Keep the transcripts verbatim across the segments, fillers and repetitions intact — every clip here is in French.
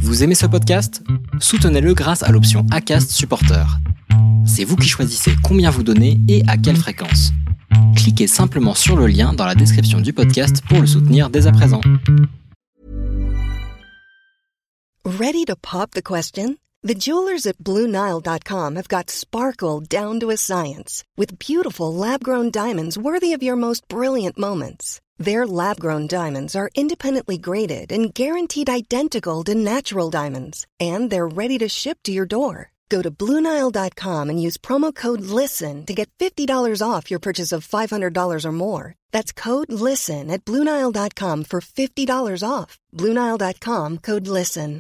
Vous aimez ce podcast ? Soutenez-le grâce à l'option Acast Supporter. C'est vous qui choisissez combien vous donnez et à quelle fréquence. Cliquez simplement sur le lien dans la description du podcast pour le soutenir dès à présent. Ready to pop the question? The jewelers at Blue Nile dot com have got sparkle down to a science with beautiful lab-grown diamonds worthy of your most brilliant moments. Their lab-grown diamonds are independently graded and guaranteed identical to natural diamonds, and they're ready to ship to your door. Go to Blue Nile dot com and use promo code LISTEN to get fifty dollars off your purchase of five hundred dollars or more. That's code LISTEN at Blue Nile dot com for fifty dollars off. Blue Nile dot com, code LISTEN.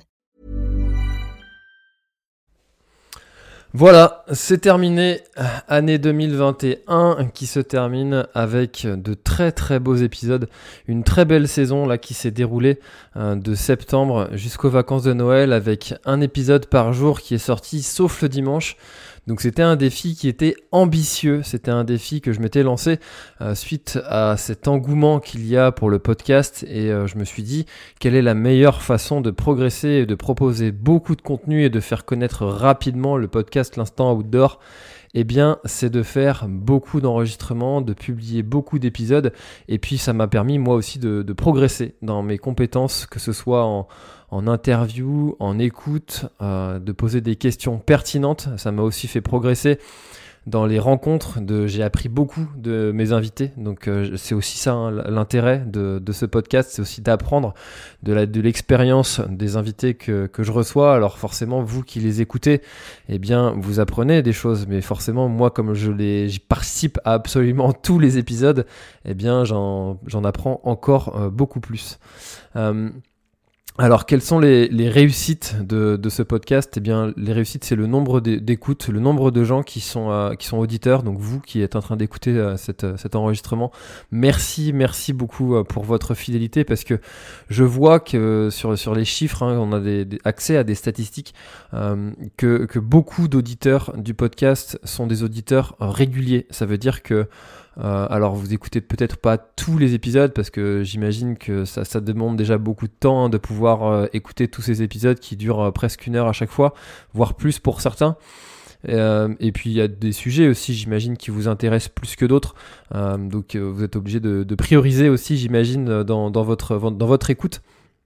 Voilà, c'est terminé, année deux mille vingt et un qui se termine avec de très très beaux épisodes, une très belle saison là qui s'est déroulée euh, de septembre jusqu'aux vacances de Noël avec un épisode par jour qui est sorti sauf le dimanche. Donc c'était un défi qui était ambitieux, c'était un défi que je m'étais lancé euh, suite à cet engouement qu'il y a pour le podcast et euh, je me suis dit quelle est la meilleure façon de progresser et de proposer beaucoup de contenu et de faire connaître rapidement le podcast L'Instant Outdoor. Eh bien, c'est de faire beaucoup d'enregistrements, de publier beaucoup d'épisodes et puis ça m'a permis moi aussi de, de progresser dans mes compétences, que ce soit en en interview, en écoute, euh, de poser des questions pertinentes. Ça m'a aussi fait progresser dans les rencontres. De, j'ai appris beaucoup de mes invités. Donc euh, c'est aussi ça hein, l'intérêt de, de ce podcast, c'est aussi d'apprendre de, la, de l'expérience des invités que, que je reçois. Alors forcément, vous qui les écoutez, eh bien vous apprenez des choses. Mais forcément, moi comme je les, j'y participe à absolument tous les épisodes, eh bien j'en, j'en apprends encore euh, beaucoup plus. Euh, Alors, quelles sont les, les réussites de, de ce podcast ? Eh bien, les réussites, c'est le nombre d'écoutes, le nombre de gens qui sont, euh, qui sont auditeurs. Donc, vous qui êtes en train d'écouter euh, cette, cet enregistrement, merci, merci beaucoup euh, pour votre fidélité parce que je vois que sur, sur les chiffres, hein, on a des, des, accès à des statistiques, euh, que, que beaucoup d'auditeurs du podcast sont des auditeurs réguliers. Ça veut dire que Euh, alors vous écoutez peut-être pas tous les épisodes parce que j'imagine que ça, ça demande déjà beaucoup de temps hein, de pouvoir euh, écouter tous ces épisodes qui durent euh, presque une heure à chaque fois, voire plus pour certains. Euh, et puis il y a des sujets aussi j'imagine qui vous intéressent plus que d'autres, euh, donc euh, vous êtes obligé de, de prioriser aussi j'imagine dans, dans, votre, dans votre écoute.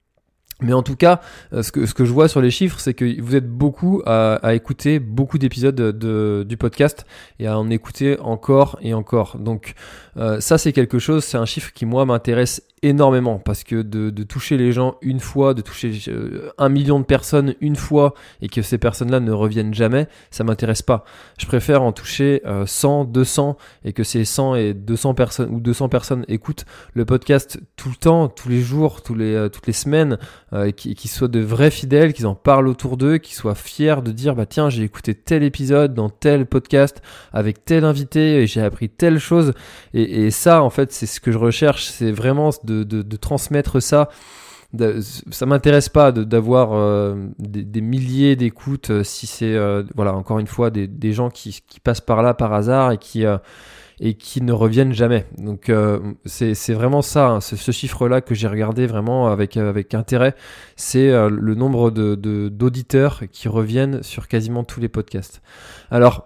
Mais en tout cas, ce que, ce que je vois sur les chiffres, c'est que vous êtes beaucoup à, à écouter beaucoup d'épisodes de, de, du podcast et à en écouter encore et encore. Donc euh, ça, c'est quelque chose, c'est un chiffre qui, moi, m'intéresse énormément parce que de, de toucher les gens une fois, de toucher euh, un million de personnes une fois et que ces personnes-là ne reviennent jamais, ça m'intéresse pas. Je préfère en toucher euh, cent, deux cents et que ces cent et deux cents personnes ou deux cents personnes écoutent le podcast tout le temps, tous les jours, tous les, euh, toutes les semaines, euh, qui, qui soient de vrais fidèles, qu'ils en parlent autour d'eux, qu'ils soient fiers de dire bah tiens j'ai écouté tel épisode dans tel podcast avec tel invité et j'ai appris telle chose et, et ça en fait c'est ce que je recherche, c'est vraiment de, de, de transmettre ça. De, ça m'intéresse pas de, d'avoir euh, des, des milliers d'écoutes euh, si c'est euh, voilà encore une fois des, des gens qui, qui passent par là par hasard et qui euh, et qui ne reviennent jamais. Donc euh, c'est, c'est vraiment ça, hein, ce, ce chiffre-là que j'ai regardé vraiment avec, avec intérêt, c'est euh, le nombre de, de, d'auditeurs qui reviennent sur quasiment tous les podcasts. Alors,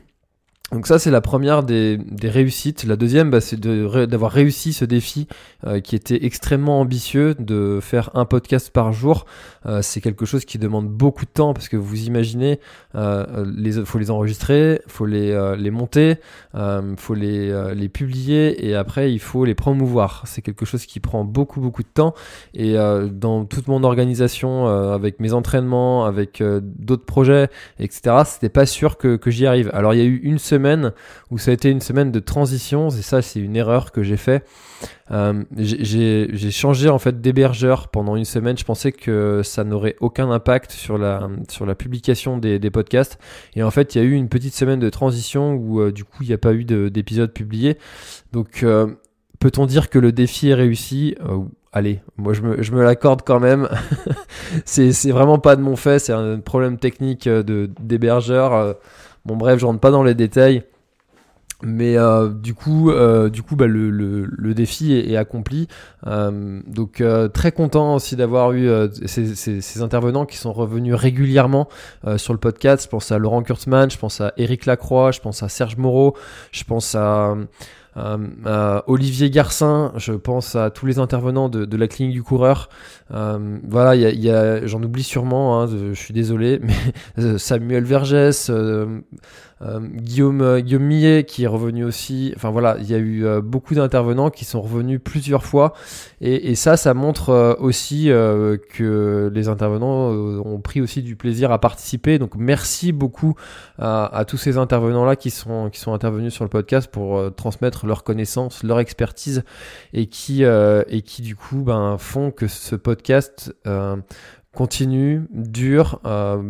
donc ça c'est la première des, des réussites. La deuxième bah, c'est de, d'avoir réussi ce défi euh, qui était extrêmement ambitieux, de faire un podcast par jour. Euh, c'est quelque chose qui demande beaucoup de temps parce que vous imaginez, euh, les, faut les enregistrer, faut les, euh, les monter, euh, faut les, euh, les publier et après il faut les promouvoir. C'est quelque chose qui prend beaucoup beaucoup de temps et euh, dans toute mon organisation, euh, avec mes entraînements, avec euh, d'autres projets, et cetera, c'était pas sûr que, que j'y arrive. Alors il y a eu une semaine où ça a été une semaine de transition et ça c'est une erreur que j'ai fait. Euh, j'ai, j'ai, j'ai changé en fait d'hébergeur pendant une semaine. Je pensais que ça n'aurait aucun impact sur la, sur la publication des, des podcasts et en fait il y a eu une petite semaine de transition où euh, du coup il n'y a pas eu de, d'épisode publié. Donc euh, peut-on dire que le défi est réussi ? euh, Allez, moi je me, je me l'accorde quand même. c'est, c'est vraiment pas de mon fait, c'est un problème technique de, d'hébergeur. Bon bref, je rentre pas dans les détails. Mais euh, du coup, euh, du coup, bah, le, le, le défi est, est accompli. Euh, donc euh, très content aussi d'avoir eu euh, ces, ces, ces intervenants qui sont revenus régulièrement euh, sur le podcast. Je pense à Laurent Kurtzman, je pense à Éric Lacroix, je pense à Serge Moreau, je pense à Euh, euh, Olivier Garcin, je pense à tous les intervenants de, de la clinique du coureur. Euh, voilà, y a, y a, j'en oublie sûrement, hein, de, je suis désolé, mais Samuel Vergès, euh, euh, Guillaume, euh, Guillaume Millet qui est revenu aussi. Enfin voilà, il y a eu euh, beaucoup d'intervenants qui sont revenus plusieurs fois, et, et ça, ça montre euh, aussi euh, que les intervenants euh, ont pris aussi du plaisir à participer. Donc merci beaucoup à, à tous ces intervenants-là qui sont, qui sont intervenus sur le podcast pour euh, transmettre leurs connaissances, leur expertise, et qui, euh, et qui du coup ben, font que ce podcast euh, continue, dure, euh,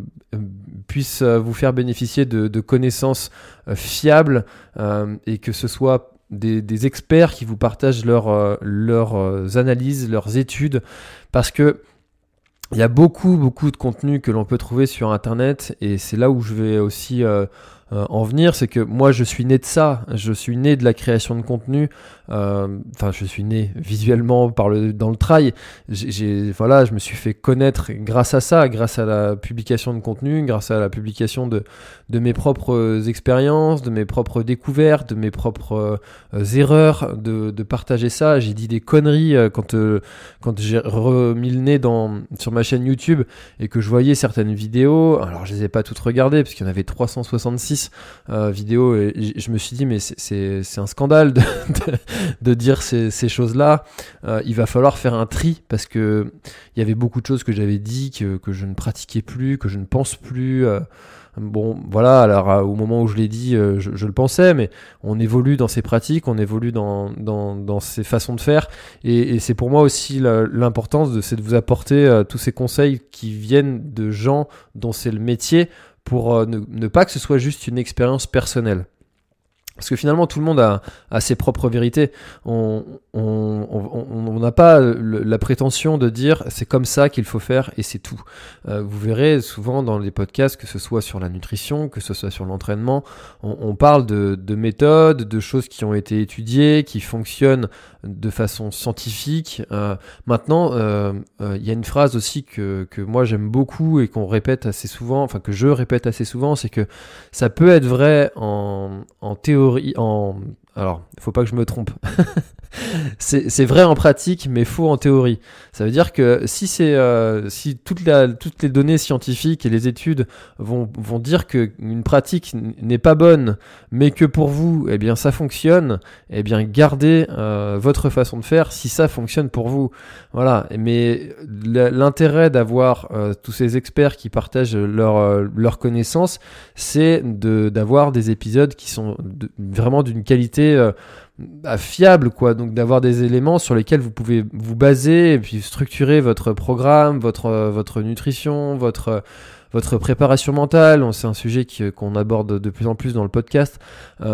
puisse vous faire bénéficier de, de connaissances euh, fiables, euh, et que ce soit des, des experts qui vous partagent leur, euh, leurs euh, analyses, leurs études, parce que il y a beaucoup, beaucoup de contenu que l'on peut trouver sur Internet, et c'est là où je vais aussi euh, euh, en venir, c'est que moi je suis né de ça, je suis né de la création de contenu, euh, enfin je suis né visuellement par le, dans le trail, j'ai, j'ai, voilà, je me suis fait connaître grâce à ça, grâce à la publication de contenu, grâce à la publication de, de mes propres expériences, de mes propres découvertes, de mes propres euh, erreurs, de, de partager ça. J'ai dit des conneries euh, quand, euh, quand j'ai remis le nez dans, sur ma chaîne YouTube et que je voyais certaines vidéos. Alors je les ai pas toutes regardées parce qu'il y en avait trois cent soixante-six euh, vidéos, et je me suis dit mais c'est, c'est, c'est un scandale de, de, de dire ces, ces choses-là. Euh, il va falloir faire un tri parce que il y avait beaucoup de choses que j'avais dit que, que je ne pratiquais plus, que je ne pense plus. Euh, Bon, voilà, alors euh, au moment où je l'ai dit, euh, je, je le pensais, mais on évolue dans ses pratiques, on évolue dans, dans, dans ses façons de faire, et, et c'est pour moi aussi la, l'importance de, c'est de vous apporter euh, tous ces conseils qui viennent de gens dont c'est le métier, pour euh, ne, ne pas que ce soit juste une expérience personnelle. Parce que finalement, tout le monde a, a ses propres vérités. On on, on, on n'a pas le, la prétention de dire c'est comme ça qu'il faut faire et c'est tout. Euh, vous verrez souvent dans les podcasts, que ce soit sur la nutrition, que ce soit sur l'entraînement, on, on parle de, de méthodes, de choses qui ont été étudiées, qui fonctionnent de façon scientifique. Euh, maintenant, il euh, euh, y a une phrase aussi que, que moi j'aime beaucoup et qu'on répète assez souvent, enfin que je répète assez souvent, c'est que ça peut être vrai en, en théorie, en alors il faut pas que je me trompe c'est, c'est vrai en pratique mais faux en théorie. Ça veut dire que si c'est euh, si toute la, toutes les données scientifiques et les études vont, vont dire que une pratique n'est pas bonne mais que pour vous eh bien ça fonctionne, eh bien gardez euh, votre façon de faire si ça fonctionne pour vous. Voilà, mais l'intérêt d'avoir euh, tous ces experts qui partagent leur, euh, leurs connaissances, c'est de, d'avoir des épisodes qui sont de, vraiment d'une qualité euh, fiable, quoi. Donc d'avoir des éléments sur lesquels vous pouvez vous baser et puis structurer votre programme, votre, euh, votre nutrition, votre, euh, votre préparation mentale. C'est un sujet qui, qu'on aborde de plus en plus dans le podcast. Euh,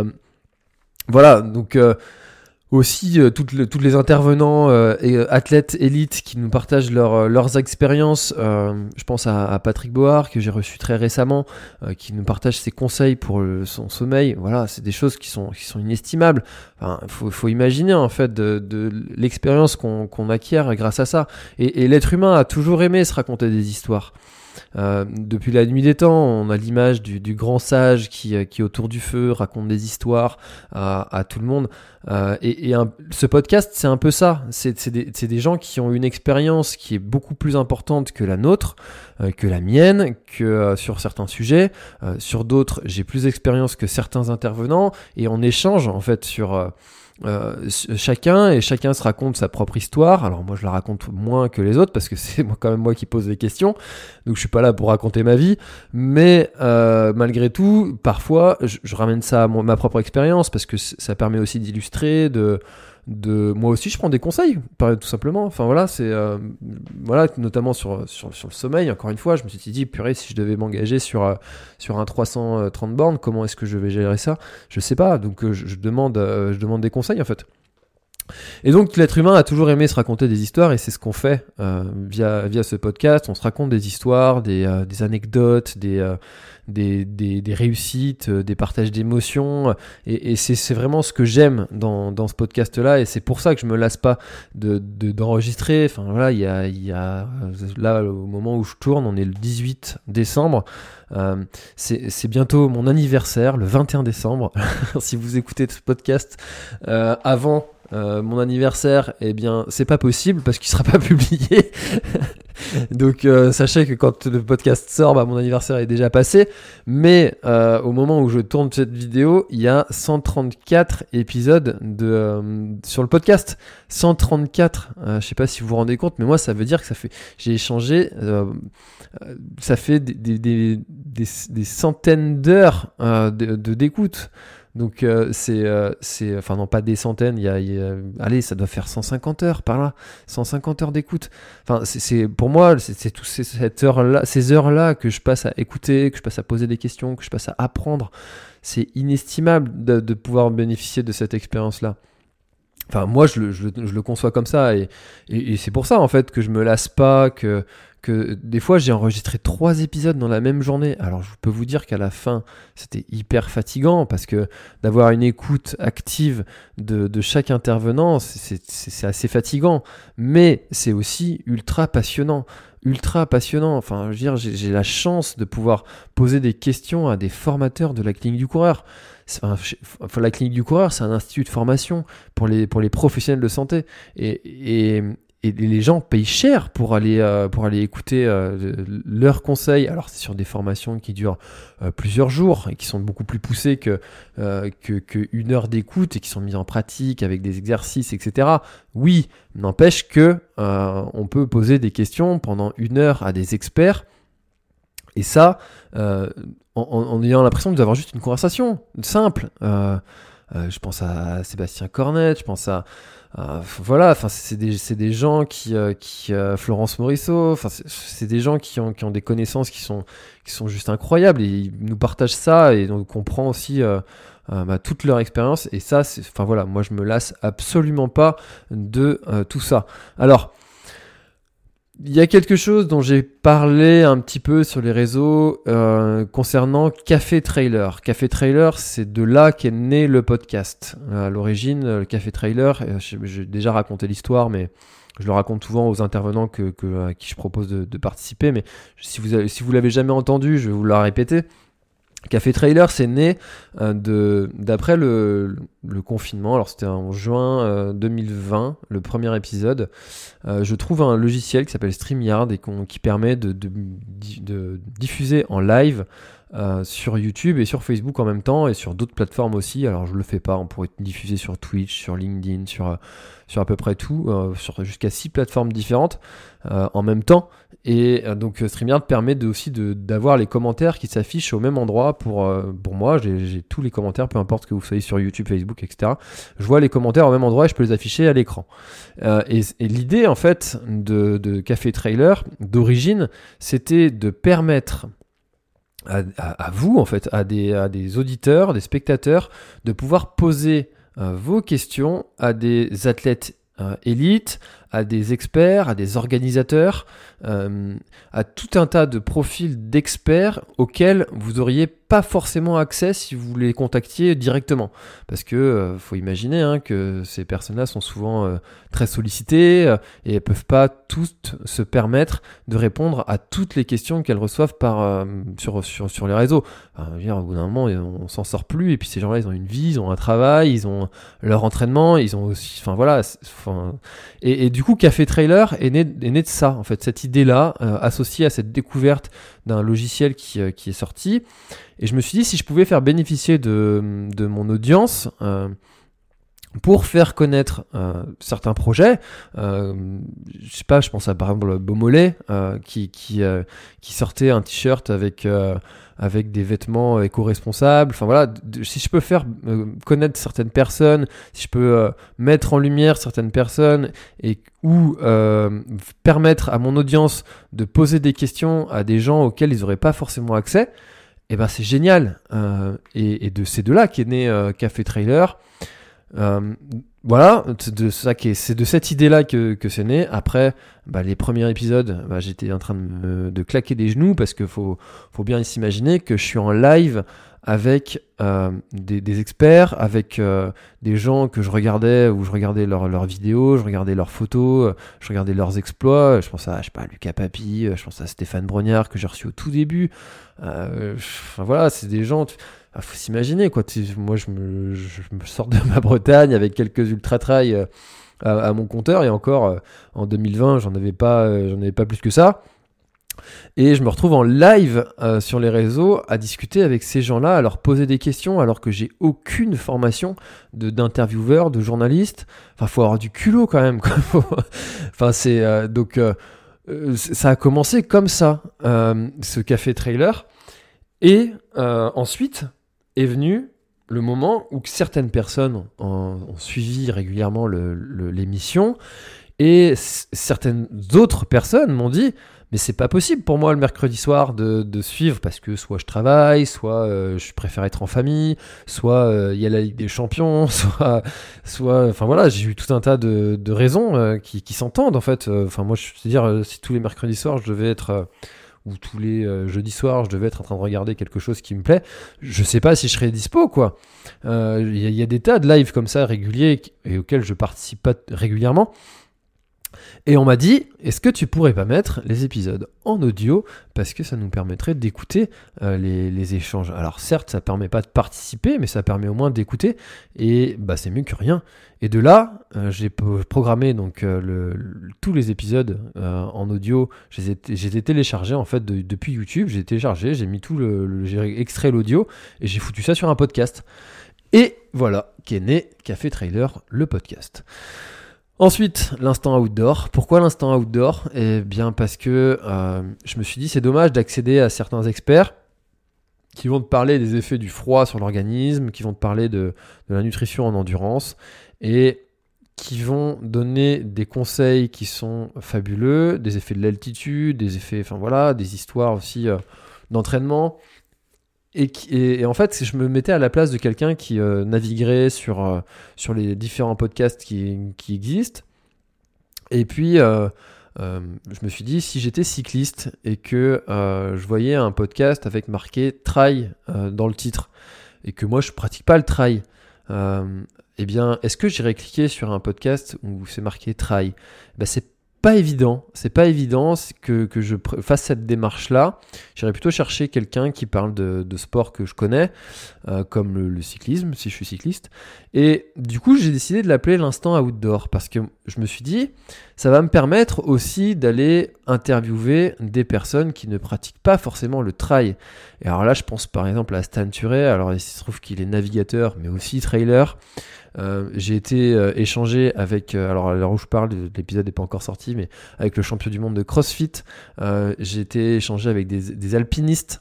voilà, donc... Euh, Aussi, euh, toutes, le, toutes les intervenants euh, et euh, athlètes élites qui nous partagent leur, euh, leurs expériences. Euh, je pense à, à Patrick Bohard, que j'ai reçu très récemment, euh, qui nous partage ses conseils pour le, son sommeil. Voilà, c'est des choses qui sont, qui sont inestimables. Enfin, faut, faut imaginer en fait de, de l'expérience qu'on, qu'on acquiert grâce à ça. Et, et l'être humain a toujours aimé se raconter des histoires. Euh, depuis la nuit des temps, on a l'image du, du grand sage qui, qui autour du feu raconte des histoires à, à tout le monde. Euh, et et un, ce podcast, c'est un peu ça. C'est, c'est, des, c'est des gens qui ont une expérience qui est beaucoup plus importante que la nôtre, euh, que la mienne, que euh, sur certains sujets. Euh, sur d'autres, j'ai plus d'expérience que certains intervenants, et on échange en fait sur... Euh, Euh, chacun et chacun se raconte sa propre histoire. Alors moi je la raconte moins que les autres parce que c'est moi, quand même moi qui pose les questions, donc je suis pas là pour raconter ma vie, mais euh, malgré tout parfois je, je ramène ça à mon, ma propre expérience parce que ça permet aussi d'illustrer, de de moi aussi je prends des conseils tout simplement. Enfin voilà, c'est euh, voilà, notamment sur, sur sur le sommeil. Encore une fois, je me suis dit purée, si je devais m'engager sur euh, sur un trois cent trente bornes, comment est-ce que je vais gérer ça? Je sais pas, donc euh, je, je demande euh, je demande des conseils en fait. Et donc l'être humain a toujours aimé se raconter des histoires et c'est ce qu'on fait euh, via via ce podcast. On se raconte des histoires, des euh, des anecdotes, des euh, des, des des réussites, euh, des partages d'émotions et, et c'est c'est vraiment ce que j'aime dans dans ce podcast là et c'est pour ça que je me lasse pas de, de d'enregistrer. Enfin voilà, il y a il y a là au moment où je tourne, on est le dix-huit décembre. Euh, c'est, c'est bientôt mon anniversaire, le vingt et un décembre. Si vous écoutez ce podcast euh, avant euh, mon anniversaire, eh bien, c'est pas possible parce qu'il sera pas publié. Donc, euh, sachez que quand le podcast sort, bah, mon anniversaire est déjà passé. Mais euh, au moment où je tourne cette vidéo, il y a cent trente-quatre épisodes de, euh, sur le podcast. cent trente-quatre. Euh, je sais pas si vous vous rendez compte, mais moi, ça veut dire que ça fait, j'ai échangé. Euh, ça fait des, des, des, des, des centaines d'heures euh, de, de d'écoute. Donc euh, c'est, euh, c'est, enfin non pas des centaines, il y a, il y a, allez ça doit faire cent cinquante heures par là, cent cinquante heures d'écoute. Enfin c'est, c'est pour moi c'est, c'est tout ces, cette heure là, ces heures là que je passe à écouter, que je passe à poser des questions, que je passe à apprendre. C'est inestimable de, de pouvoir bénéficier de cette expérience là. Enfin moi je le, je, je le conçois comme ça et, et, et c'est pour ça en fait que je me lasse pas, que que des fois j'ai enregistré trois épisodes dans la même journée. Alors je peux vous dire qu'à la fin c'était hyper fatigant parce que d'avoir une écoute active de, de chaque intervenant c'est, c'est, c'est assez fatigant, mais c'est aussi ultra passionnant. ultra passionnant, enfin je veux dire j'ai, j'ai la chance de pouvoir poser des questions à des formateurs de la clinique du coureur. Enfin, la clinique du coureur c'est un institut de formation pour les, pour les professionnels de santé et, et Et les gens payent cher pour aller, euh, pour aller écouter euh, leurs conseils. Alors, c'est sur des formations qui durent euh, plusieurs jours et qui sont beaucoup plus poussées que, euh, que, que une heure d'écoute et qui sont mises en pratique avec des exercices, et cetera. Oui, n'empêche que euh, on peut poser des questions pendant une heure à des experts. Et ça, euh, en, en ayant l'impression d'avoir juste une conversation simple. Euh, euh, je pense à Sébastien Cornette, je pense à Euh, voilà, enfin c'est des c'est des gens qui euh, qui euh, Florence Morisseau, enfin c'est, c'est des gens qui ont qui ont des connaissances qui sont qui sont juste incroyables et ils nous partagent ça et on comprend aussi euh, euh, bah, toute leur expérience et ça c'est enfin voilà, moi je me lasse absolument pas de euh, tout ça. Alors il y a quelque chose dont j'ai parlé un petit peu sur les réseaux euh, concernant Café Trailer. Café Trailer, c'est de là qu'est né le podcast. À l'origine, le Café Trailer, j'ai déjà raconté l'histoire, mais je le raconte souvent aux intervenants que, que, à qui je propose de, de participer. Mais si vous avez, si vous l'avez jamais entendu, je vais vous le répéter. Café Trailer, c'est né euh, de, d'après le, le confinement. Alors c'était en juin euh, deux mille vingt, le premier épisode. Euh, je trouve un logiciel qui s'appelle StreamYard et qui permet de, de, de diffuser en live euh, sur YouTube et sur Facebook en même temps et sur d'autres plateformes aussi. Alors je le fais pas, on pourrait diffuser sur Twitch, sur LinkedIn, sur sur à peu près tout, euh, sur jusqu'à six plateformes différentes euh, en même temps. Et euh, donc StreamYard permet de, aussi de, d'avoir les commentaires qui s'affichent au même endroit pour, euh, pour moi. J'ai, j'ai tous les commentaires, peu importe que vous soyez sur YouTube, Facebook, et cetera. Je vois les commentaires au même endroit et je peux les afficher à l'écran. Euh, et, et l'idée en fait de, de Café Trailer d'origine, c'était de permettre à, à, à vous en fait, à des, à des auditeurs, des spectateurs, de pouvoir poser euh, vos questions à des athlètes euh, élites, à des experts, à des organisateurs, euh, à tout un tas de profils d'experts auxquels vous auriez pas forcément accès si vous les contactiez directement. Parce que euh, faut imaginer hein, que ces personnes-là sont souvent euh, très sollicitées euh, et elles peuvent pas toutes se permettre de répondre à toutes les questions qu'elles reçoivent par euh, sur, sur sur les réseaux. Enfin, je veux dire, au bout d'un moment, on, on s'en sort plus. Et puis ces gens-là, ils ont une vie, ils ont un travail, ils ont leur entraînement, ils ont aussi, enfin voilà. Enfin, et, et du coup, Café Trailer est né, est né de ça, en fait, cette idée-là, euh, associée à cette découverte d'un logiciel qui, euh, qui est sorti. Et je me suis dit, si je pouvais faire bénéficier de, de mon audience euh, pour faire connaître euh, certains projets, euh, je sais pas, je pense à par exemple Beaumolet euh, qui, qui, euh, qui sortait un t-shirt avec... Euh, avec des vêtements éco-responsables, enfin voilà, de, si je peux faire euh, connaître certaines personnes, si je peux euh, mettre en lumière certaines personnes et ou euh, permettre à mon audience de poser des questions à des gens auxquels ils n'auraient pas forcément accès, et ben c'est génial. Euh, et, et de c'est de là qu'est né euh, Café Trailer. Euh, voilà, de ça qui est, c'est de cette idée-là que, que c'est né. Après, bah, les premiers épisodes, bah, j'étais en train de, me, de claquer des genoux parce qu'il faut, faut bien s'imaginer que je suis en live avec euh, des, des experts, avec euh, des gens que je regardais, où je regardais leurs leurs vidéos, je regardais leurs photos, je regardais leurs exploits. Je pense à, je sais pas, Lucas Papi, je pense à Stéphane Brognard que j'ai reçu au tout début. Euh, enfin, voilà, c'est des gens... Il faut s'imaginer, quoi. Moi, je me, je me sors de ma Bretagne avec quelques ultra-trails euh, à, à mon compteur, et encore, euh, en deux mille vingt, j'en avais pas, euh, j'en avais pas plus que ça. Et je me retrouve en live euh, sur les réseaux à discuter avec ces gens-là, à leur poser des questions, alors que j'ai aucune formation de, d'intervieweur, de journaliste. Enfin, faut avoir du culot quand même, quoi. Enfin, c'est... Euh, donc, euh, ça a commencé comme ça, euh, ce café trailer. Et euh, ensuite... est venu le moment où certaines personnes ont, ont suivi régulièrement le, le, l'émission, et c- certaines autres personnes m'ont dit mais c'est pas possible pour moi le mercredi soir de, de suivre, parce que soit je travaille, soit euh, je préfère être en famille, soit il euh, y a la Ligue des Champions, soit soit enfin voilà, j'ai eu tout un tas de, de raisons euh, qui, qui s'entendent en fait. Enfin euh, moi je veux dire, euh, si tous les mercredis soirs je devais être euh, ou tous les euh, jeudis soirs, je devais être en train de regarder quelque chose qui me plaît, je sais pas si je serais dispo, quoi. Il euh, y, y a des tas de lives comme ça, réguliers, et auxquels je participe pas régulièrement. Et on m'a dit, est-ce que tu pourrais pas mettre les épisodes en audio, parce que ça nous permettrait d'écouter euh, les, les échanges. Alors certes, ça permet pas de participer, mais ça permet au moins d'écouter, et bah c'est mieux que rien. Et de là, euh, j'ai programmé donc euh, le, le, tous les épisodes euh, en audio. Je les ai, j'ai téléchargés en fait de, depuis YouTube. J'ai téléchargé, j'ai mis tout le, le j'ai extrait l'audio et j'ai foutu ça sur un podcast. Et voilà qu'est né Café Trailer, le podcast. Ensuite, l'instant outdoor. Pourquoi l'instant outdoor ? Eh bien parce que euh, je me suis dit c'est dommage d'accéder à certains experts qui vont te parler des effets du froid sur l'organisme, qui vont te parler de, de la nutrition en endurance, et qui vont donner des conseils qui sont fabuleux, des effets de l'altitude, des effets, enfin voilà, des histoires aussi euh, d'entraînement. Et, qui, et, et en fait, je me mettais à la place de quelqu'un qui euh, naviguerait sur, euh, sur les différents podcasts qui, qui existent. Et puis, euh, euh, je me suis dit, si j'étais cycliste et que euh, je voyais un podcast avec marqué « trail euh, » dans le titre, et que moi, je pratique pas le trail, euh, eh bien, est-ce que j'irais cliquer sur un podcast où c'est marqué « trail » ? Ben, c'est pas évident, c'est pas évident que, que je fasse cette démarche-là. J'irais plutôt chercher quelqu'un qui parle de, de sport que je connais, euh, comme le, le cyclisme, si je suis cycliste. Et du coup, j'ai décidé de l'appeler l'instant outdoor, parce que je me suis dit, ça va me permettre aussi d'aller interviewer des personnes qui ne pratiquent pas forcément le trail. Et alors là, je pense par exemple à Stan Turet. Alors il se trouve qu'il est navigateur, mais aussi trailer. Euh, j'ai été euh, échangé avec, euh, alors à l'heure où je parle, l'épisode n'est pas encore sorti, mais avec le champion du monde de CrossFit. Euh, j'ai été échangé avec des, des alpinistes.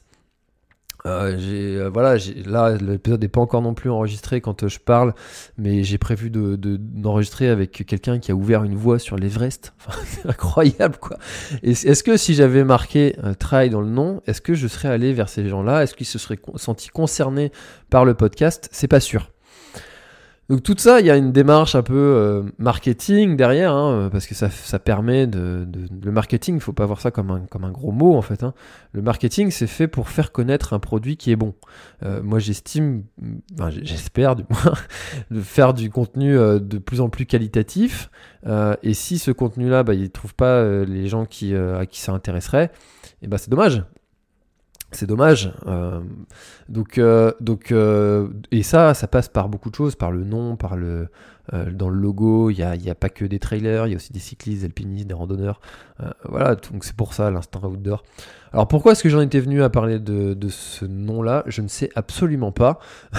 Euh, j'ai, euh, voilà, j'ai, là l'épisode n'est pas encore non plus enregistré quand euh, je parle, mais j'ai prévu de, de, d'enregistrer avec quelqu'un qui a ouvert une voie sur l'Everest. Enfin, c'est incroyable, quoi. Et est-ce que si j'avais marqué euh, trail dans le nom, est-ce que je serais allé vers ces gens-là ? Est-ce qu'ils se seraient con- sentis concernés par le podcast ? C'est pas sûr. Donc tout ça, il y a une démarche un peu euh, marketing derrière, hein, parce que ça, ça permet de, de... Le marketing, il ne faut pas voir ça comme un, comme un gros mot, en fait. Hein. Le marketing, c'est fait pour faire connaître un produit qui est bon. Euh, moi, j'estime, enfin, j'espère du moins, de faire du contenu euh, de plus en plus qualitatif. Euh, et si ce contenu-là, bah, il ne trouve pas euh, les gens qui, euh, à qui ça intéresserait, et bah, c'est dommage. C'est dommage. Euh, donc, euh, donc, euh, et ça, ça passe par beaucoup de choses, par le nom, par le, euh, dans le logo. Il y a, il y a pas que des trailers, il y a aussi des cyclistes, des alpinistes, des randonneurs. Euh, voilà, donc c'est pour ça l'instant outdoor. Alors pourquoi est-ce que j'en étais venu à parler de, de ce nom-là ? Je ne sais absolument pas.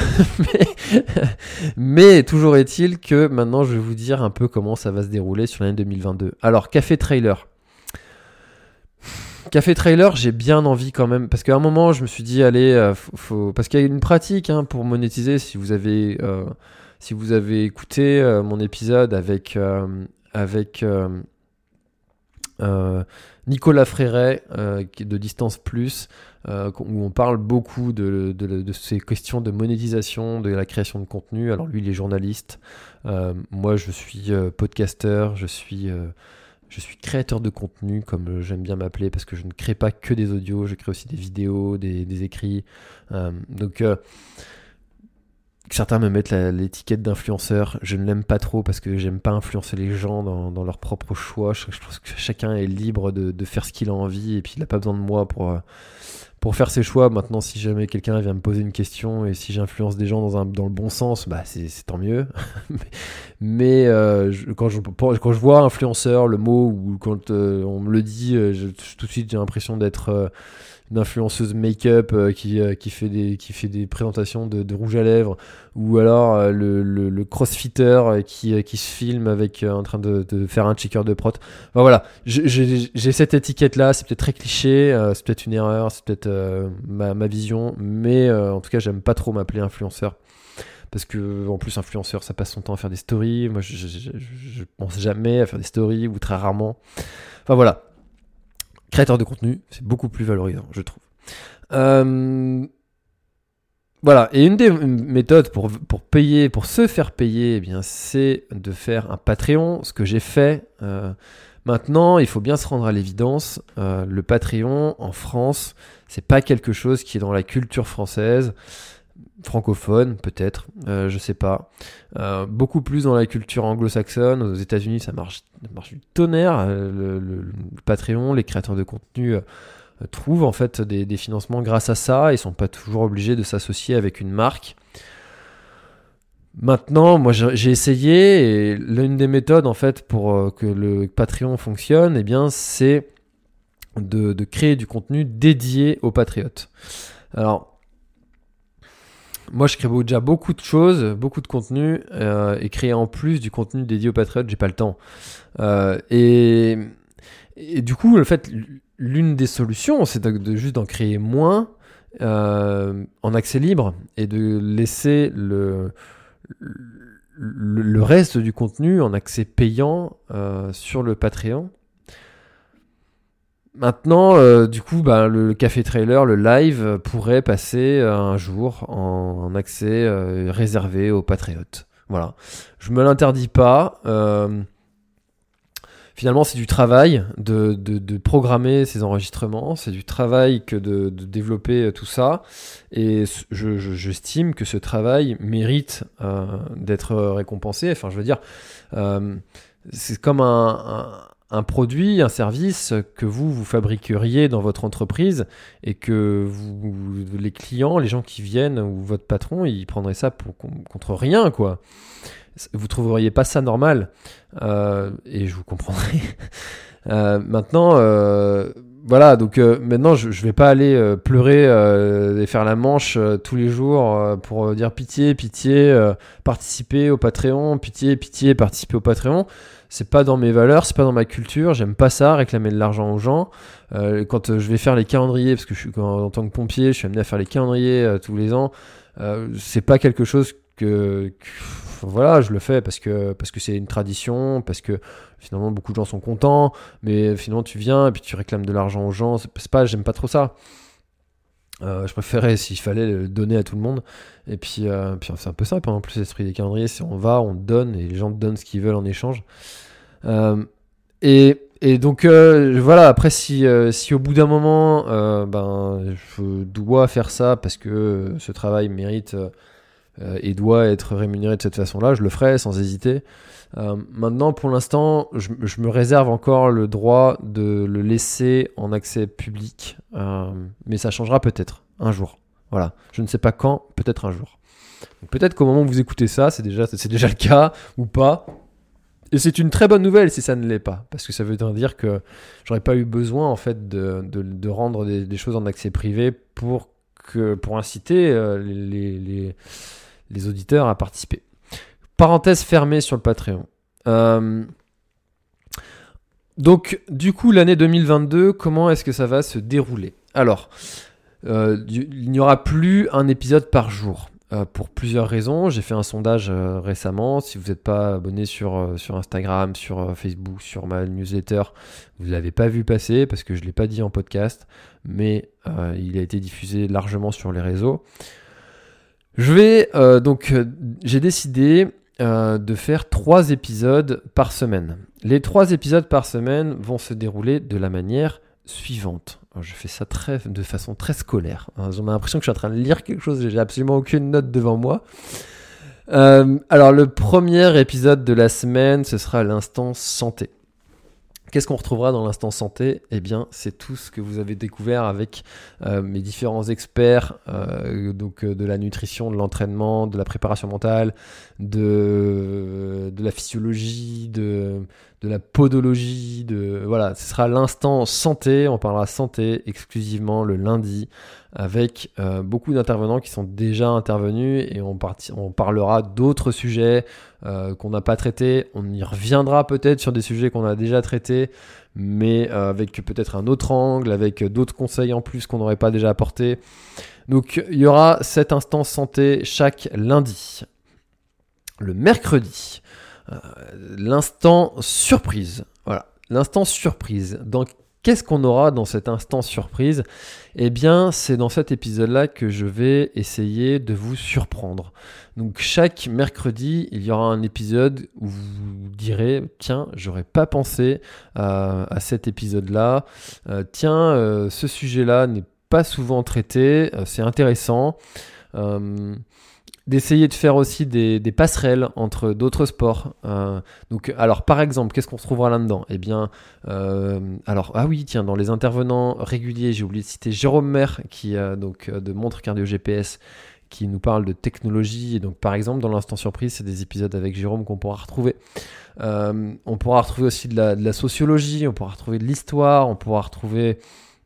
mais, mais toujours est-il que maintenant, je vais vous dire un peu comment ça va se dérouler sur l'année deux mille vingt-deux. Alors, Café Trailer. Café Trailer, j'ai bien envie quand même, parce qu'à un moment, je me suis dit, allez, euh, faut, faut... parce qu'il y a une pratique hein, pour monétiser. Si vous avez, euh, si vous avez écouté euh, mon épisode avec, euh, avec, euh, Euh, Nicolas Fréret euh, de Distance Plus, euh, où on parle beaucoup de, de, de, de ces questions de monétisation, de la création de contenu. Alors lui, il est journaliste. Euh, moi, je suis euh, podcasteur, je suis, euh, je suis créateur de contenu, comme j'aime bien m'appeler, parce que je ne crée pas que des audios, je crée aussi des vidéos, des, des écrits. Euh, donc... Euh, Certains me mettent la, l'étiquette d'influenceur. Je ne l'aime pas trop parce que j'aime pas influencer les gens dans, dans leurs propres choix. Je, je pense que chacun est libre de, de faire ce qu'il a envie et puis il n'a pas besoin de moi pour, pour faire ses choix. Maintenant, si jamais quelqu'un vient me poser une question et si j'influence des gens dans, un, dans le bon sens, bah c'est, c'est tant mieux. mais mais euh, je, quand, je, quand je vois influenceur, le mot, ou quand euh, on me le dit, je, je, tout de suite j'ai l'impression d'être... Euh, une influenceuse make-up euh, qui, euh, qui, fait des, qui fait des présentations de, de rouge à lèvres, ou alors euh, le, le, le crossfitter euh, qui, euh, qui se filme avec, euh, en train de, de faire un checker de prot. Enfin, voilà, j'ai, j'ai, j'ai cette étiquette-là, c'est peut-être très cliché, euh, c'est peut-être une erreur, c'est peut-être euh, ma, ma vision, mais euh, en tout cas, j'aime pas trop m'appeler influenceur. Parce que, en plus, influenceur, ça passe son temps à faire des stories. Moi, je, je, je, je pense jamais à faire des stories, ou très rarement. Enfin, voilà. Créateur de contenu, c'est beaucoup plus valorisant, je trouve. Euh, voilà, et une des méthodes pour, pour payer, pour se faire payer, eh bien, c'est de faire un Patreon, ce que j'ai fait. Euh, maintenant, il faut bien se rendre à l'évidence, euh, le Patreon en France, c'est pas quelque chose qui est dans la culture française, francophone peut-être, euh, je sais pas. Euh, beaucoup plus dans la culture anglo-saxonne. Aux États-Unis, ça marche, ça marche du tonnerre. Euh, le, le, le Patreon, les créateurs de contenu euh, trouvent en fait des, des financements grâce à ça. Ils sont pas toujours obligés de s'associer avec une marque. Maintenant, moi j'ai essayé et l'une des méthodes en fait pour euh, que le Patreon fonctionne, eh bien c'est de, de créer du contenu dédié aux patriotes. Alors moi, je crée déjà beaucoup de choses, beaucoup de contenu, euh, et créer en plus du contenu dédié aux patriotes, j'ai pas le temps. Euh, et, et du coup, en fait, l'une des solutions, c'est de, de juste d'en créer moins euh, en accès libre et de laisser le, le, le reste du contenu en accès payant euh, sur le Patreon. Maintenant, euh, du coup, bah, le café trailer, le live, pourrait passer euh, un jour en, en accès euh, réservé aux patriotes. Voilà. Je me l'interdis pas. Euh, finalement, c'est du travail de, de, de programmer ces enregistrements. C'est du travail que de, de développer tout ça. Et je, je, j'estime que ce travail mérite euh, d'être récompensé. Enfin, je veux dire, euh, c'est comme un... un un produit, un service que vous, vous fabriqueriez dans votre entreprise et que vous, les clients, les gens qui viennent ou votre patron, ils prendraient ça pour, contre rien, quoi. Vous trouveriez pas ça normal euh, et je vous comprendrai. euh, maintenant, euh, voilà, donc euh, maintenant, je, je vais pas aller euh, pleurer euh, et faire la manche euh, tous les jours euh, pour dire pitié, pitié, euh, participer au Patreon, pitié, pitié, participer au Patreon. C'est pas dans mes valeurs, c'est pas dans ma culture, j'aime pas ça, réclamer de l'argent aux gens. Euh, quand euh, je vais faire les calendriers, parce que je suis quand, en tant que pompier, je suis amené à faire les calendriers euh, tous les ans, euh, c'est pas quelque chose que, que voilà, je le fais parce que parce que c'est une tradition, parce que finalement beaucoup de gens sont contents, mais finalement tu viens et puis tu réclames de l'argent aux gens, c'est, c'est pas, j'aime pas trop ça. Euh, je préférais s'il fallait le donner à tout le monde et puis, euh, puis c'est un peu simple hein, en plus l'esprit des calendriers, c'est on va, on donne et les gens te donnent ce qu'ils veulent en échange euh, et, et donc euh, voilà, après si, euh, si au bout d'un moment euh, ben, je dois faire ça parce que ce travail mérite euh, et doit être rémunéré de cette façon là, je le ferai sans hésiter. Euh, maintenant, pour l'instant, je, je me réserve encore le droit de le laisser en accès public, euh, mais ça changera peut-être un jour. Voilà, je ne sais pas quand, peut-être un jour. Donc, peut-être qu'au moment où vous écoutez ça, c'est déjà, c'est déjà le cas ou pas. Et c'est une très bonne nouvelle si ça ne l'est pas, parce que ça veut dire que j'aurais pas eu besoin en fait de, de, de rendre des, des choses en accès privé pour que pour inciter euh, les, les, les auditeurs à participer. Parenthèse fermée sur le Patreon. Euh, donc, du coup, l'année deux mille vingt-deux, comment est-ce que ça va se dérouler ? Alors, euh, il n'y aura plus un épisode par jour. euh, pour plusieurs raisons. J'ai fait un sondage euh, récemment. Si vous n'êtes pas abonné sur, euh, sur Instagram, sur euh, Facebook, sur ma newsletter, vous ne l'avez pas vu passer parce que je ne l'ai pas dit en podcast, mais euh, il a été diffusé largement sur les réseaux. Je vais euh, donc, euh, j'ai décidé euh, de faire trois épisodes par semaine. Les trois épisodes par semaine vont se dérouler de la manière suivante. Alors, je fais ça très, de façon très scolaire. Hein, j'ai l'impression que je suis en train de lire quelque chose, j'ai absolument aucune note devant moi. Euh, alors le premier épisode de la semaine, ce sera l'instant santé. Qu'est-ce qu'on retrouvera dans l'instant santé ? Eh bien, c'est tout ce que vous avez découvert avec euh, mes différents experts euh, donc, euh, de la nutrition, de l'entraînement, de la préparation mentale, de, de la physiologie, de, de la podologie. De, voilà, ce sera l'instant santé. On parlera santé exclusivement le lundi avec euh, beaucoup d'intervenants qui sont déjà intervenus et on, parti, on parlera d'autres sujets euh, qu'on n'a pas traités. On y reviendra peut-être sur des sujets qu'on a déjà traités, mais euh, avec peut-être un autre angle, avec d'autres conseils en plus qu'on n'aurait pas déjà apportés. Donc il y aura cet instant santé chaque lundi. Le mercredi, euh, l'instant surprise. Voilà, l'instant surprise. Dans Qu'est-ce qu'on aura dans cet instant surprise ? Eh bien, c'est dans cet épisode-là que je vais essayer de vous surprendre. Donc, chaque mercredi, il y aura un épisode où vous direz « Tiens, j'aurais pas pensé euh, à cet épisode-là. Euh, tiens, euh, ce sujet-là n'est pas souvent traité. Euh, c'est intéressant. Euh, » D'essayer de faire aussi des, des passerelles entre d'autres sports. Euh, donc, alors, par exemple, qu'est-ce qu'on se trouvera là-dedans ? Eh bien, euh, alors, ah oui, tiens, dans les intervenants réguliers, j'ai oublié de citer Jérôme Maire, qui euh, donc de Montre Cardio G P S, qui nous parle de technologie. Et donc, par exemple, dans l'instant surprise, c'est des épisodes avec Jérôme qu'on pourra retrouver. Euh, on pourra retrouver aussi de la, de la sociologie, on pourra retrouver de l'histoire, on pourra retrouver...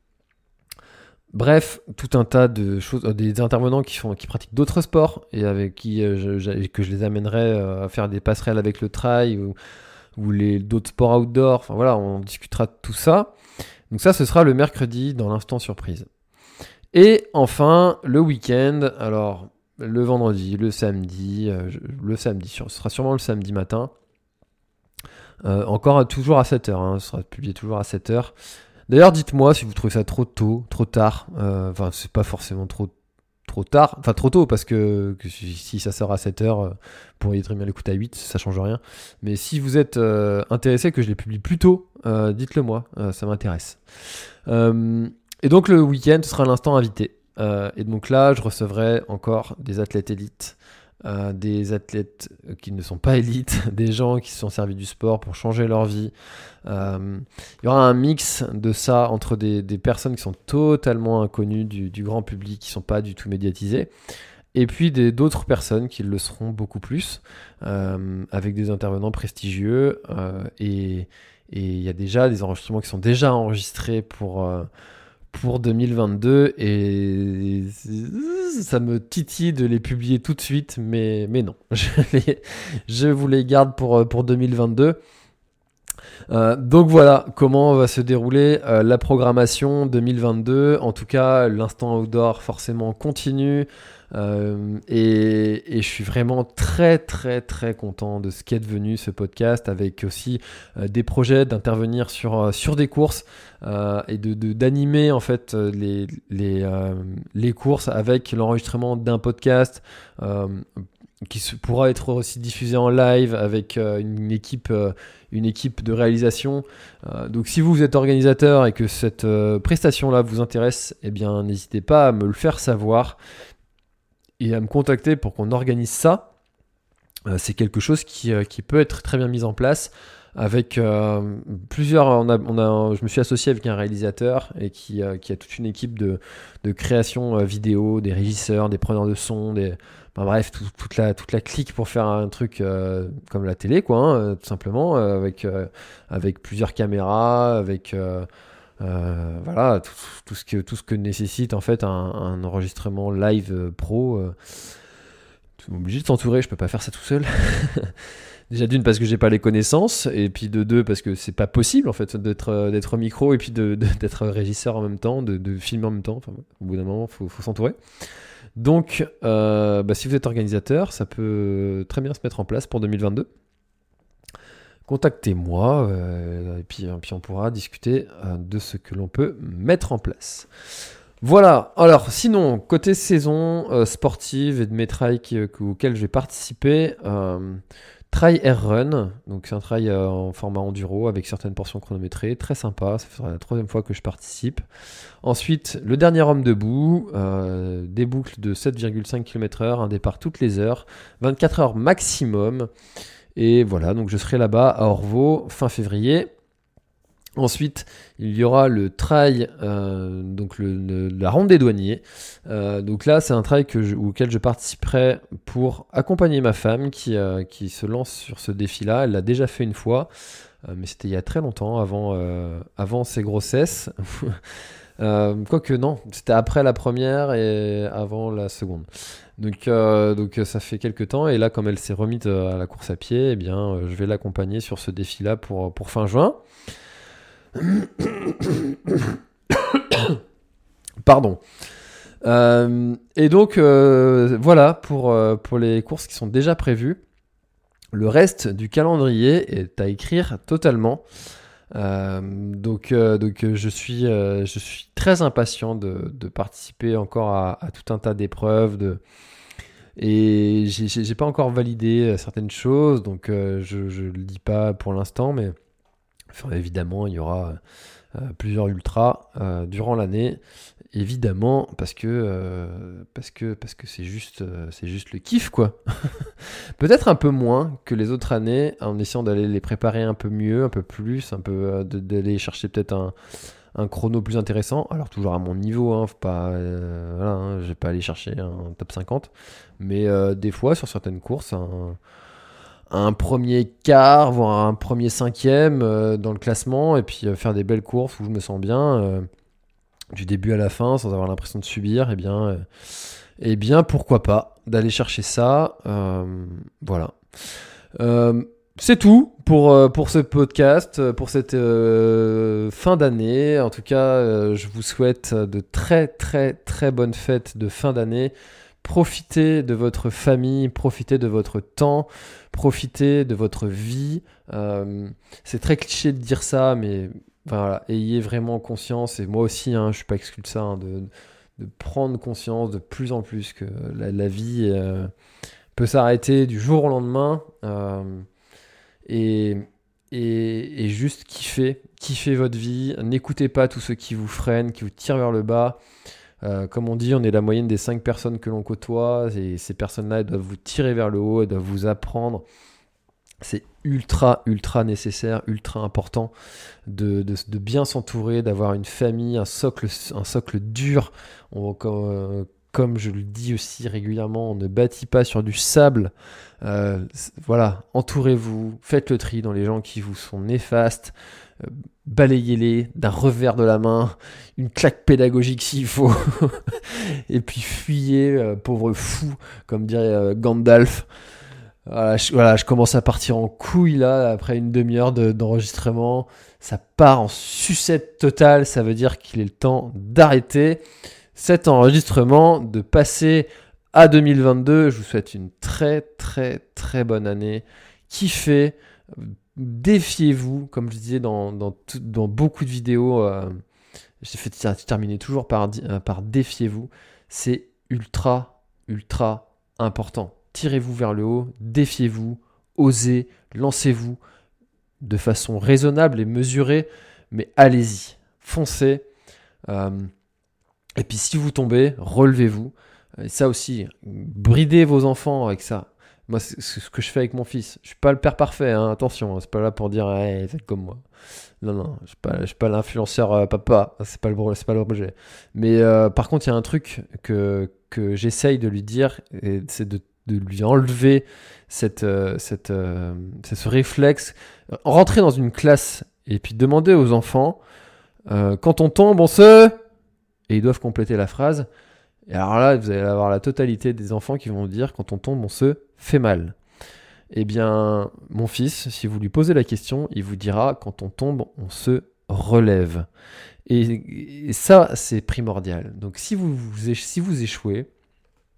Bref, tout un tas de choses, euh, des intervenants qui, font, qui pratiquent d'autres sports et avec qui euh, je, je, que je les amènerai euh, à faire des passerelles avec le trail ou, ou les, d'autres sports outdoor. Enfin voilà, on discutera de tout ça. Donc ça, ce sera le mercredi dans l'instant surprise. Et enfin, le week-end, alors le vendredi, le samedi, euh, le samedi, ce sera sûrement le samedi matin. Euh, encore toujours à sept heures, hein, ce sera publié toujours à sept heures. D'ailleurs, dites-moi si vous trouvez ça trop tôt, trop tard. Euh, enfin, c'est pas forcément trop, trop tard. Enfin, trop tôt, parce que, que si, si ça sort à sept heures, euh, vous pourriez très bien l'écouter à huit, ça change rien. Mais si vous êtes euh, intéressé que je les publie plus tôt, euh, dites-le moi, euh, ça m'intéresse. Euh, et donc, le week-end, ce sera l'instant invité. Euh, et donc là, je recevrai encore des athlètes élites. Euh, des athlètes qui ne sont pas élites, des gens qui se sont servis du sport pour changer leur vie. Euh, il y aura un mix de ça entre des, des personnes qui sont totalement inconnues du, du grand public, qui ne sont pas du tout médiatisées, et puis des, d'autres personnes qui le seront beaucoup plus, euh, avec des intervenants prestigieux. Euh, et il y a déjà des enregistrements qui sont déjà enregistrés pour... Euh, pour deux mille vingt-deux et ça me titille de les publier tout de suite, mais, mais non, je, les, je vous les garde pour, pour deux mille vingt-deux. Euh, donc voilà comment va se dérouler euh, la programmation deux mille vingt-deux. En tout cas, l'instant outdoor forcément continue. Euh, et, et je suis vraiment très très très content de ce qu'est devenu ce podcast, avec aussi euh, des projets d'intervenir sur, euh, sur des courses euh, et de, de, d'animer en fait les, les, euh, les courses avec l'enregistrement d'un podcast euh, qui se, pourra être aussi diffusé en live avec euh, une équipe euh, une équipe de réalisation. Euh, donc si vous, vous êtes organisateur et que cette euh, prestation là vous intéresse, eh bien n'hésitez pas à me le faire savoir et à me contacter pour qu'on organise ça. Euh, c'est quelque chose qui, euh, qui peut être très bien mis en place avec euh, plusieurs... On a, on a, je me suis associé avec un réalisateur et qui, euh, qui a toute une équipe de, de création euh, vidéo, des régisseurs, des preneurs de son, des... Enfin, bref, tout, toute, la, toute la clique pour faire un truc euh, comme la télé, quoi, hein, tout simplement, euh, avec, euh, avec plusieurs caméras, avec... Euh, Euh, voilà, tout, tout, ce que, tout ce que nécessite en fait un, un enregistrement live euh, pro. Euh, je suis obligé de s'entourer, je peux pas faire ça tout seul. Déjà d'une parce que j'ai pas les connaissances, et puis de deux parce que c'est pas possible en fait d'être, d'être au micro et puis de, de, d'être régisseur en même temps, de, de filmer en même temps. Enfin, au bout d'un moment, faut, faut s'entourer. Donc, euh, bah, si vous êtes organisateur, ça peut très bien se mettre en place pour deux mille vingt-deux. Contactez-moi euh, et puis, puis on pourra discuter euh, de ce que l'on peut mettre en place. Voilà, alors sinon, côté saison euh, sportive et de mes trails qui, euh, auxquels je vais participer, euh, Trail Air Run, donc c'est un trail euh, en format enduro avec certaines portions chronométrées, très sympa, ça fait la troisième fois que je participe. Ensuite, le dernier homme debout, euh, des boucles de sept virgule cinq kilomètres heure, un départ toutes les heures, vingt-quatre heures maximum. Et voilà, donc je serai là-bas à Orvault fin février. Ensuite, il y aura le trail, euh, donc le, le, la ronde des douaniers. Euh, donc là, c'est un trail que je, auquel je participerai pour accompagner ma femme qui, euh, qui se lance sur ce défi-là. Elle l'a déjà fait une fois, euh, mais c'était il y a très longtemps, avant, euh, avant ses grossesses. euh, quoique non, c'était après la première et avant la seconde. Donc, euh, donc ça fait quelques temps, et là, comme elle s'est remise à la course à pied, eh bien, euh, je vais l'accompagner sur ce défi-là pour, pour fin juin. Pardon. Euh, et donc euh, voilà pour, euh, pour les courses qui sont déjà prévues. Le reste du calendrier est à écrire totalement. Euh, donc euh, donc je suis euh, je suis très impatient de, de participer encore à, à tout un tas d'épreuves de et j'ai, j'ai pas encore validé certaines choses, donc euh, je je le dis pas pour l'instant, mais enfin, évidemment il y aura euh, plusieurs ultras euh, durant l'année, évidemment, parce que euh, parce que parce que c'est juste euh, c'est juste le kiff, quoi. Peut-être un peu moins que les autres années, en essayant d'aller les préparer un peu mieux, un peu plus, un peu euh, de, d'aller chercher peut-être un un chrono plus intéressant, alors toujours à mon niveau, hein, faut pas, euh, voilà, hein, je vais pas aller chercher un top cinquante, mais euh, des fois sur certaines courses, un, un premier quart, voire un premier cinquième euh, dans le classement, et puis euh, faire des belles courses où je me sens bien, euh, du début à la fin, sans avoir l'impression de subir, et eh bien, euh, eh bien pourquoi pas d'aller chercher ça, euh, voilà. Euh, C'est tout pour, euh, pour ce podcast, pour cette euh, fin d'année. En tout cas, euh, je vous souhaite de très très très bonnes fêtes de fin d'année. Profitez de votre famille, profitez de votre temps, profitez de votre vie. Euh, c'est très cliché de dire ça, mais voilà, ayez vraiment conscience, et moi aussi, hein, je ne suis pas exclu de ça, hein, de, de prendre conscience de plus en plus que la, la vie euh, peut s'arrêter du jour au lendemain. Euh, Et, et, et juste kiffer, kiffer votre vie. N'écoutez pas tous ceux qui vous freinent, qui vous tirent vers le bas. Euh, comme on dit, on est la moyenne des cinq personnes que l'on côtoie. Et ces personnes-là, elles doivent vous tirer vers le haut, elles doivent vous apprendre. C'est ultra, ultra nécessaire, ultra important de, de, de bien s'entourer, d'avoir une famille, un socle, un socle dur. On, comme, comme je le dis aussi régulièrement, on ne bâtit pas sur du sable. Euh, voilà, entourez-vous, faites le tri dans les gens qui vous sont néfastes, euh, balayez-les d'un revers de la main, une claque pédagogique s'il faut, et puis fuyez, euh, pauvre fou, comme dirait euh, Gandalf. Voilà je, voilà, je commence à partir en couille là, après une demi-heure de, d'enregistrement, ça part en sucette totale, ça veut dire qu'il est le temps d'arrêter cet enregistrement, de passer à deux mille vingt-deux. Je vous souhaite une très très très bonne année. Kiffez, défiez-vous, comme je disais dans, dans, tout, dans beaucoup de vidéos, euh, j'ai fait terminer toujours par, par défiez-vous. C'est ultra ultra important. Tirez-vous vers le haut, défiez-vous, osez, lancez-vous de façon raisonnable et mesurée, mais allez-y, foncez. Euh, et puis si vous tombez, relevez-vous. Et ça aussi, bridez vos enfants avec ça. Moi, c'est ce que je fais avec mon fils. Je suis pas le père parfait, hein, attention. C'est pas là pour dire hey, faites comme moi. Non, non, je suis pas, je suis pas l'influenceur euh, papa. C'est pas le, c'est pas le projet. Mais euh, par contre, il y a un truc que que j'essaye de lui dire, et c'est de, de lui enlever cette, euh, cette, euh, c'est ce réflexe. Rentrer dans une classe et puis demander aux enfants euh, quand on tombe, on se... Et ils doivent compléter la phrase. Et alors là, vous allez avoir la totalité des enfants qui vont dire quand on tombe, on se fait mal. Eh bien, mon fils, si vous lui posez la question, il vous dira quand on tombe, on se relève. Et, et ça, c'est primordial. Donc si vous, vous, si vous échouez,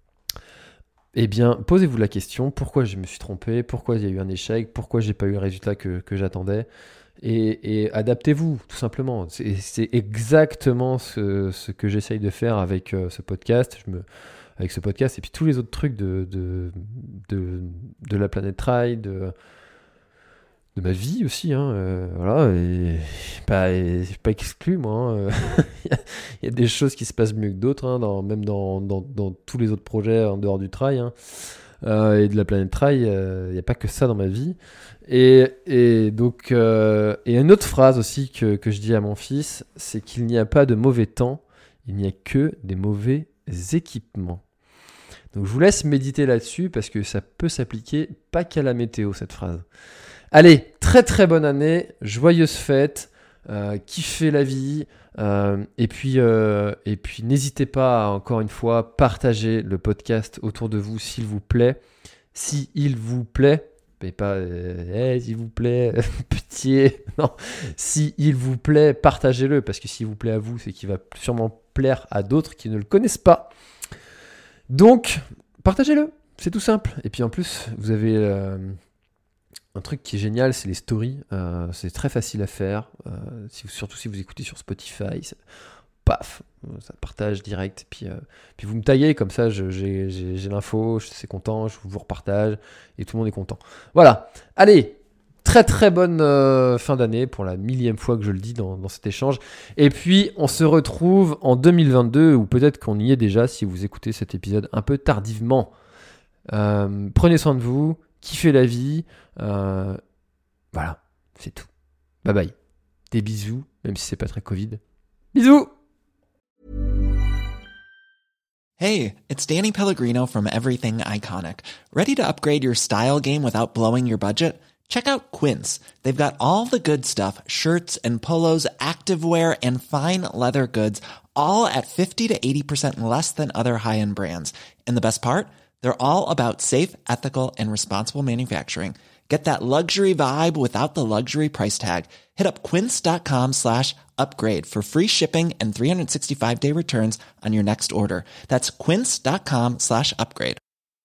eh bien, posez-vous la question, pourquoi je me suis trompé, pourquoi il y a eu un échec, pourquoi j'ai pas eu le résultat que, que j'attendais, et, et adaptez-vous, tout simplement. C'est, c'est exactement ce, ce que j'essaye de faire avec euh, ce podcast, je me, avec ce podcast, et puis tous les autres trucs de, de, de, de la planète Trail, de, de ma vie aussi, hein, euh, voilà, et pas, et, pas exclu, moi, hein, il y, y a des choses qui se passent mieux que d'autres, hein, dans, même dans, dans, dans tous les autres projets en dehors du trail, hein, euh, et de la planète trail, il euh, n'y a pas que ça dans ma vie, et, et donc, euh, et une autre phrase aussi que, que je dis à mon fils, c'est qu'il n'y a pas de mauvais temps, il n'y a que des mauvais équipements. Donc je vous laisse méditer là-dessus, parce que ça peut s'appliquer pas qu'à la météo, cette phrase. Allez, très très bonne année, joyeuses fêtes, euh, kiffez la vie, euh, et puis euh, et puis n'hésitez pas à, encore une fois, partager le podcast autour de vous, s'il vous plaît. S'il vous plaît, mais pas euh, hey, s'il vous plaît, pitié, non, s'il vous plaît, partagez-le, parce que s'il vous plaît à vous, c'est qu'il va sûrement plaire à d'autres qui ne le connaissent pas. Donc, partagez-le, c'est tout simple. Et puis en plus, vous avez... Euh, un truc qui est génial, c'est les stories. Euh, c'est très facile à faire. Euh, si vous, surtout si vous écoutez sur Spotify, ça, paf, ça partage direct. Puis, euh, puis vous me taguez, comme ça je, j'ai, j'ai, j'ai l'info, je suis content, je vous repartage et tout le monde est content. Voilà. Allez, très très bonne euh, fin d'année pour la millième fois que je le dis dans, dans cet échange. Et puis on se retrouve en deux mille vingt-deux, ou peut-être qu'on y est déjà si vous écoutez cet épisode un peu tardivement. Euh, prenez soin de vous. Kiffez la vie, euh, voilà, c'est tout. Bye bye. Des bisous, même si c'est pas très Covid. Bisous! Hey, it's Danny Pellegrino from Everything Iconic. Ready to upgrade your style game without blowing your budget? Check out Quince. They've got all the good stuff, shirts and polos, activewear, and fine leather goods, all at fifty to eighty percent less than other high-end brands. And the best part? They're all about safe, ethical, and responsible manufacturing. Get that luxury vibe without the luxury price tag. Hit up quince.com slash upgrade for free shipping and three sixty-five day returns on your next order. That's quince.com slash upgrade.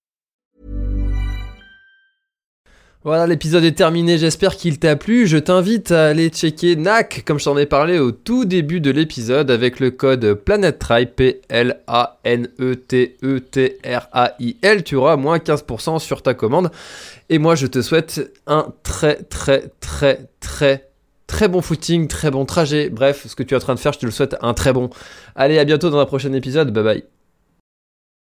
Voilà, l'épisode est terminé, j'espère qu'il t'a plu. Je t'invite à aller checker N A C, comme je t'en ai parlé au tout début de l'épisode, avec le code PlanetTrail, P L A N E T E T R A I L. Tu auras moins quinze pour cent sur ta commande. Et moi, je te souhaite un très, très, très, très, très bon footing, très bon trajet. Bref, ce que tu es en train de faire, je te le souhaite un très bon. Allez, à bientôt dans un prochain épisode. Bye bye.